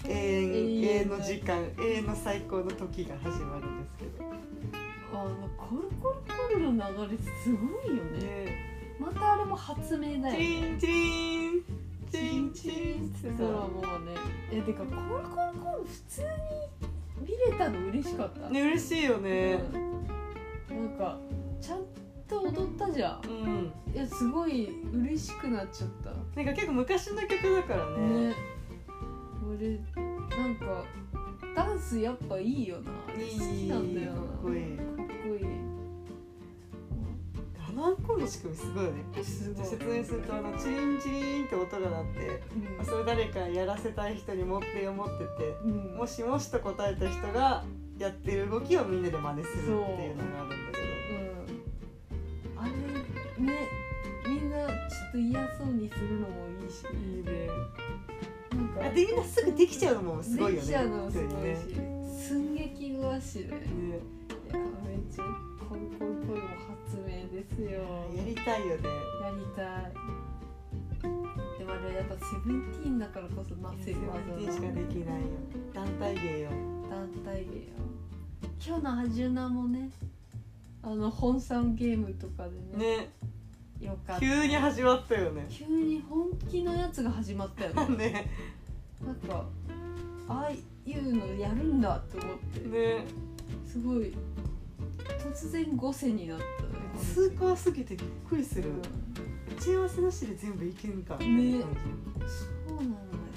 永遠永遠の時間永遠の最高の時が始まるんですけど、 あのコルコルコルの流れすごいよね。 ねまたあれも発明だよチね。 ンチンチンチンってさ、 そしたらもうね、えてかコルコルコル普通に見れたの嬉しかった。 ね嬉しいよね。 うん、なんかちゃんと踊ったじゃん。 うん。 いやすごい嬉しくなっちゃった。 なんか結構昔の曲だからね。 ね。俺なんかダンスやっぱいいよな。 いい好きなんだよな。 かっこいい。 かっこいい。 あのアンコールの仕組みすごいよね。 すごい。 説明するとあのチリンチリンって音が鳴って、 うん、 それ誰かやらせたい人に持ってよ持ってて、 うん、 もしもしと答えた人がやってる動きをみんなで真似するっていうのがあるんだけど、 うん、あれね、みんなちょっと嫌そうにするのもいいし、 いいね。 なんかでみんなすぐできちゃうのもすごいよね。 できちゃうのもすごいし、 ね、 寸劇だしね。 ね、 いやめっちゃコルコルコルも発明ですよ。 やりたいよね。 やりたい。でもあれやっぱセブンティーンだからこそなせる技だ。 セブンティーンしかできないよ。団体芸よ。 団体芸よ。今日のハジュナもね、あの本産ゲームとかでね。 ね。 よかった。 急に始まったよね。 急に本気のやつが始まったよね。 ね。 なんかああいうのやるんだって思って。 ね。 すごい突然ごせになった、ね。 スーパーすぎてびっくりする。 うん、 打ち合わせなしで全部いけんかみたいね。 な感じ。 そうなんだよ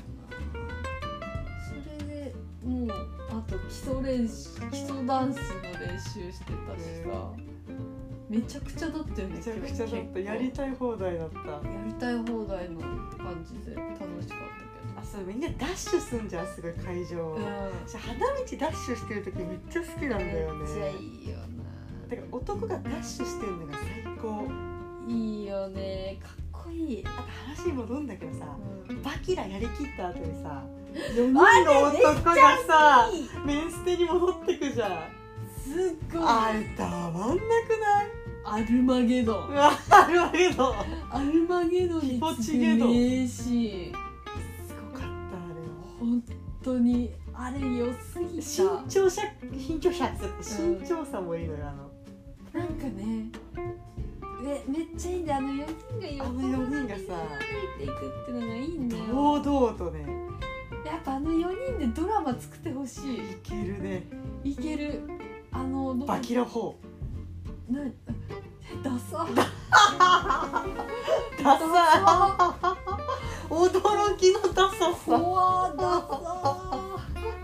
な。それでもうあと基礎練習、基礎ダンスの練習してたしさ、めちゃくちゃだったよね。 めちゃくちゃだった。やりたい放題だった。 やりたい放題の感じで楽しかったけど。 あ、そうみんなダッシュすんじゃん、すごい会場。 うん、 私花道ダッシュしてる時めっちゃ好きなんだよね。 めっちゃいいよな。 だから男がダッシュしてるのが最高。 いいよね、かっこいい。 あと話戻るんだけどさ、 うん、 バキラやりきった後にさ、よにんの男がさメンステに戻ってくじゃん。 すっごい。 あれたまんなくない？ アルマゲドン。 アルマゲドン。 アルマゲドンに次ぐ名シーン。 すごかったあれは。 本当にあれ良すぎた。 身長差、身長差、身長差もいいのよ、あの。 なんかね、えめっちゃいいんだよ、あのよにんが横に歩いていくってのがいいんだよ。 堂々とね。 やっぱあのよにんでドラマ作ってほしい。 いけるね。 いける。あのバキラフォー。 な、ダサ。 ダサ。驚きのダサさ。 怖ダサ。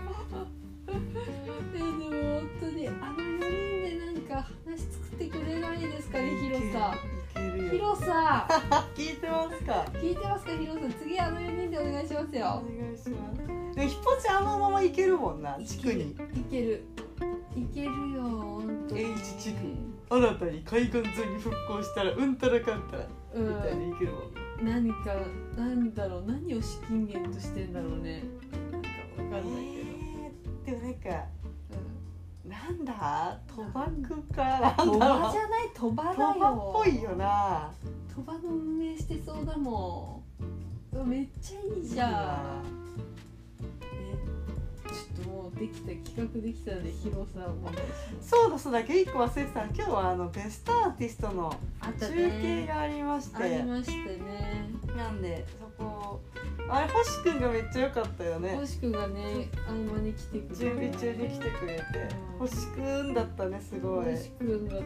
えでも本当にあのよにんでなんか話作ってくれないですかね、ヒロさん。ヒロさん。 聞いてますか。 聞いてますか、ヒロさん。次あのよにんでお願いしますよ。 お願いします。でもヒポチあのままいけるもんな、地区に。 いける。いけるよ、本当に。 H 地区。新たに海岸沿いに復興したらうんたらかんたらみたいにいけるもん。 何かなんだろう、何を資金源としてんだろうね。なんかわかんないけど。 えー、でもなんか、うん、なんだ賭博かなんだろう。 賭場じゃない、賭場だよ。 賭場っぽいよな。 賭場の運営してそうだもん。めっちゃいいじゃん。ちょっともうできた、企画できたんでヒロさんお願いします。 そうだそうだ、一個忘れてた。今日はあのベストアーティストの中継がありまして、 ありましてね。 なんでそこあれ星くんがめっちゃ良かったよね。 星くんがね合間に来てくれて、 準備中に来てくれて、うん、星くんだったね、すごい。 星くんだった。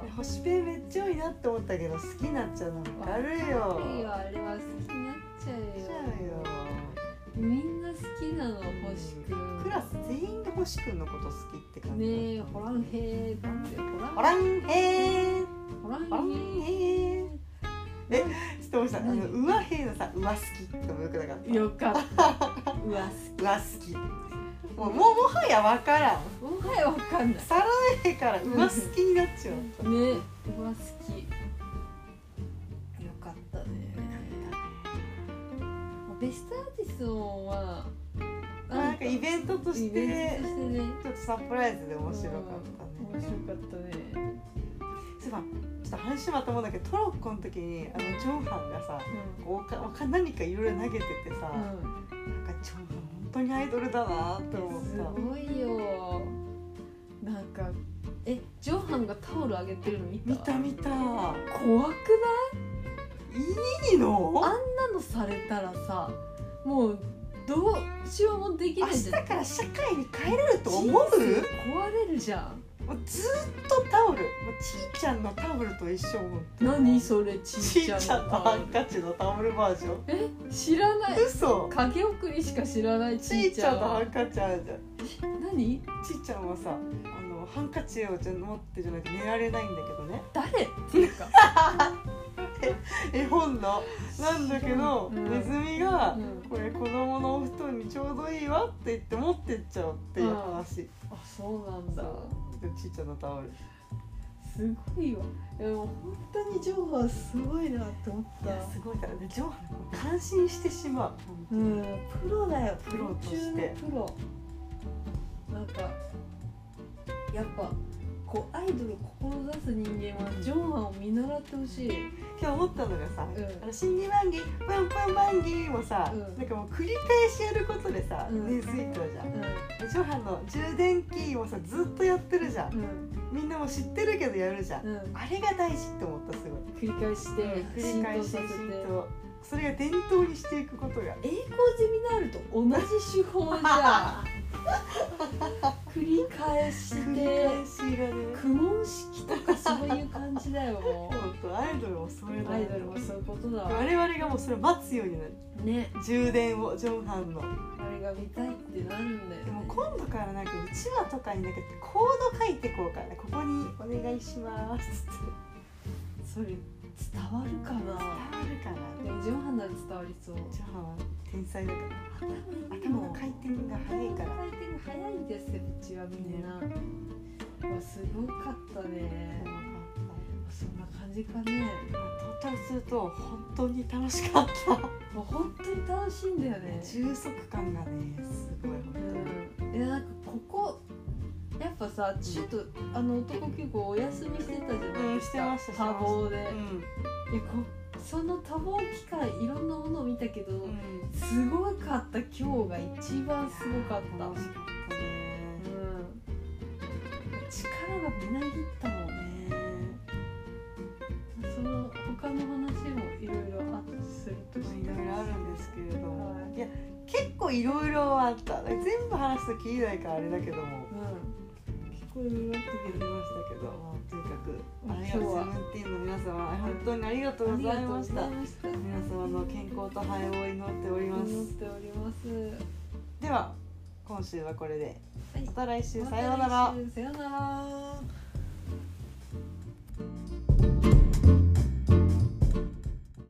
星ペンめっちゃ多いなって思ったけど好きになっちゃうの分かるよ。 いいよ、あれは好きになっちゃうよ。 よみんな好きなの、星くん。 クラス全員で星くんのこと好きって感じ。 ねえ、ホランヘーだってホランヘーホランヘーホランヘーえ、ちょっと思いました。あの上兵のさ、上好きとかもよくなかった。 よかった。上好き。上好き。もうもうもはやわからん。 もはやわかんない。 さらえから上好きになっちゃう。 ね、上好き。よかったね。ベストアーティストはなんかイベントとして、 ね、 ちょっとサプライズで面白かったね。 面白かったね。 そういえばちょっと話また思うんだけど、トロッコの時にあのジョンハンがさ、うん、おかおか何かいろいろ投げててさ、うん、なんかジョンハン本当にアイドルだなって思った。 すごいよ。なんかえジョハンがタオルあげてるの見た？ 見た見た。 怖くない？ いいの？ あんなのされたらさ、もうどうしようもでき明ないじゃん。 日から社会に帰れると思う？ 人生壊れるじゃん。 もうずっとタオル、もうちーちゃんのタオルと一緒も。 何それちちーーちゃんのちゃんのタオル。 ハンカチのタオルバージョン。 え知らない。 嘘。 影送りしか知らないちちーちゃんのハーちゃんは。 ンカチあるじゃん。 何？ ちーちゃんはさ、あのハンカチをじゃ持ってじゃないと寝られないんだけどね。 誰っていうか。 絵本のなんだけど、 うんネズミが、 うんこれ子供のお布団にちょうどいいわって言って持ってっちゃうっていう話。 あそうなんだ。 そうちーちゃんのタオル。 すごいわ。いやもう本当にジョーハンすごいなって思っいやた。 すごいからね、ジョーハン感心してしまう。 うんプロだよ。 プロとしてプロ。なんかやっぱこうアイドルを志す人間はジョーハンを見習ってほしい。 今日思ったのがさ、 うんあの心理番儀パンパン番儀もさ、 うんなんかもう繰り返しやることでさ、 うん根付いたじゃん。 うでジョーハンの充電キーもさずっとやってるじゃん。 んみんなも知ってるけどやるじゃん。 うんうん。 あれが大事って思ったすごい。 繰り返して繰り返し浸透させて。 浸透。それが伝統にしていくことが。 栄光ゼミナールと同じ手法じゃん。繰り返して繰り返しがね。 苦問式とかそういう感じだよも本当アイドルもそれう。 だ。 アイドルもそういうことだわ我々がもうそれを待つようになる。 ね。 充電をジョンハンの。 あれが見たいってなるんだよね。 でも今度からなんかうちわとかになんかコード書いてこうかな。ここにお願いしますって。 それ伝わるかな。 伝わるかな。 でもジョンハンなら伝わりそう。 ジョンハンは天才だから。 頭頭の回転が速いから。 回転が速いんですようちはみんな。わすごかったね。そんな感じかね。 トータルすると本当に楽しかった。 もう本当に楽しいんだよね。 充足感がねすごい本当に。 うん。いやなんかここやっぱさちょっと、うん、あの男結構お休みしてたじゃないですか。 うん、してました。 多忙で。 うん、 いやこその多忙期間いろんなものを見たけど、 うん、 すごかった今日が一番すごかった。 楽しかったね。 うん。力がみなぎったもんね。その他の話もいろいろあったりするとして、 いろいろあるんですけれども、 はい、 いや結構いろいろあった。全部話すときりないからあれだけども、 うん、結構いろいろあったけど、 ましたけど、とにかく今日ありがとうセブンティーンの皆様本当にありがとうございました。 ありがとうございました。 皆様の健康と繁栄を祈っております。 祈っております。 では今週はこれで、 はい、 また来週、 また来週さようなら。 さようなら。